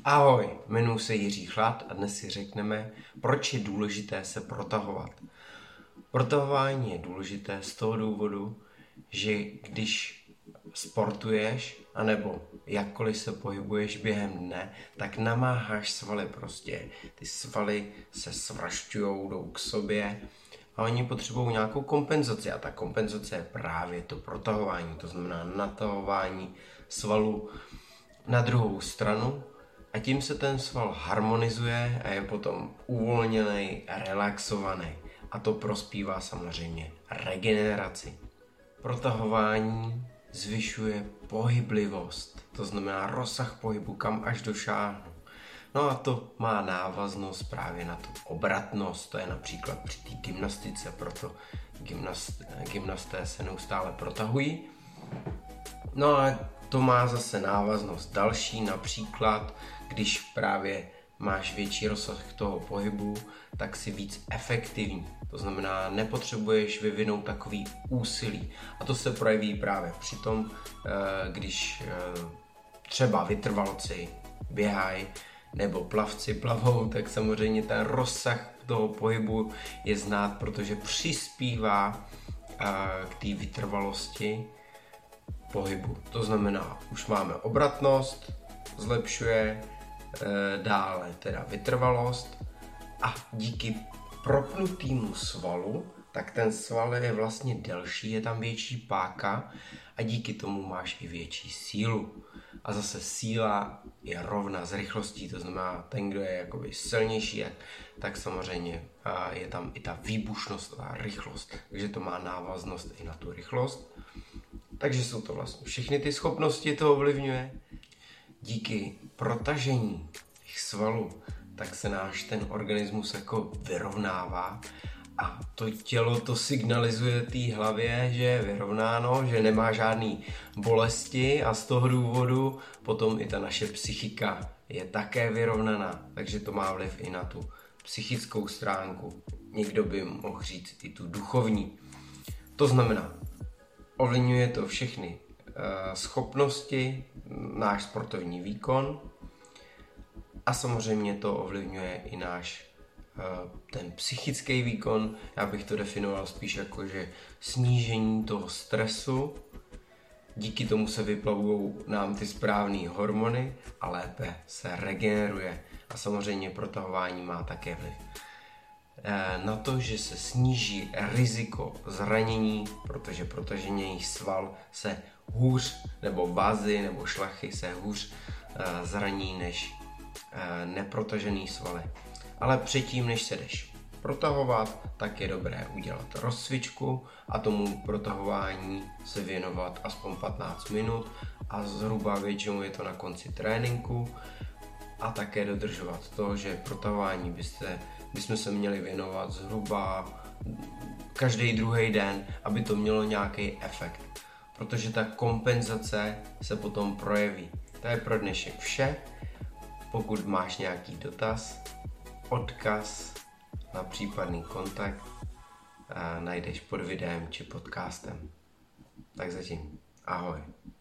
Ahoj, jmenuji se Jiří Chlad a dnes si řekneme, proč je důležité se protahovat. Protahování je důležité z toho důvodu, že když sportuješ, anebo jakkoliv se pohybuješ během dne, tak namáháš svaly prostě. Ty svaly se svrašťujou, jdou k sobě a oni potřebují nějakou kompenzaci a ta kompenzace je právě to protahování, to znamená natahování svalu na druhou stranu a tím se ten sval harmonizuje a je potom uvolněný, relaxovaný a to prospívá samozřejmě regeneraci. Protahování zvyšuje pohyblivost, to znamená rozsah pohybu, kam až došáhnu. No a to má návaznost právě na tu obratnost, to je například při té gymnastice, proto gymnasté se neustále protahují. No a to má zase návaznost další, například když právě máš větší rozsah toho pohybu, tak si víc efektivní. To znamená, nepotřebuješ vyvinout takový úsilí. A to se projeví právě při tom, když třeba vytrvalci běhají nebo plavci plavou, tak samozřejmě ten rozsah toho pohybu je znát, protože přispívá k té vytrvalosti pohybu. To znamená, už máme obratnost, zlepšuje dále teda vytrvalost a díky propnutýmu svalu, tak ten sval je vlastně delší, je tam větší páka a díky tomu máš i větší sílu. A zase síla je rovna s rychlostí, to znamená ten, kdo je jakoby silnější, tak samozřejmě je tam i ta výbušnost a rychlost, takže to má návaznost i na tu rychlost. Takže jsou to vlastně všechny ty schopnosti, to ovlivňuje. Díky protažení těch svalů, tak se náš ten organismus jako vyrovnává a to tělo to signalizuje té hlavě, že je vyrovnáno, že nemá žádný bolesti a z toho důvodu potom i ta naše psychika je také vyrovnaná, takže to má vliv i na tu psychickou stránku. Někdo by mohl říct i tu duchovní. To znamená, ovlivňuje to všechny schopnosti, náš sportovní výkon a samozřejmě to ovlivňuje i náš ten psychický výkon. Já bych to definoval spíš jako, že snížení toho stresu, díky tomu se vyplavují nám ty správné hormony a lépe se regeneruje a samozřejmě protahování má také vliv na to, že se sníží riziko zranění, protože protažený sval se hůř, nebo vazy, nebo šlachy se hůř zraní než neprotažený svaly. Ale předtím, než se jdeš protahovat, tak je dobré udělat rozcvičku a tomu protahování se věnovat aspoň 15 minut a zhruba většinou je to na konci tréninku a také dodržovat to, že protahování bychom se měli věnovat zhruba každý druhý den, aby to mělo nějaký efekt, protože ta kompenzace se potom projeví. To je pro dnešek vše. Pokud máš nějaký dotaz, odkaz na případný kontakt najdeš pod videem či podcastem. Tak zatím. Ahoj.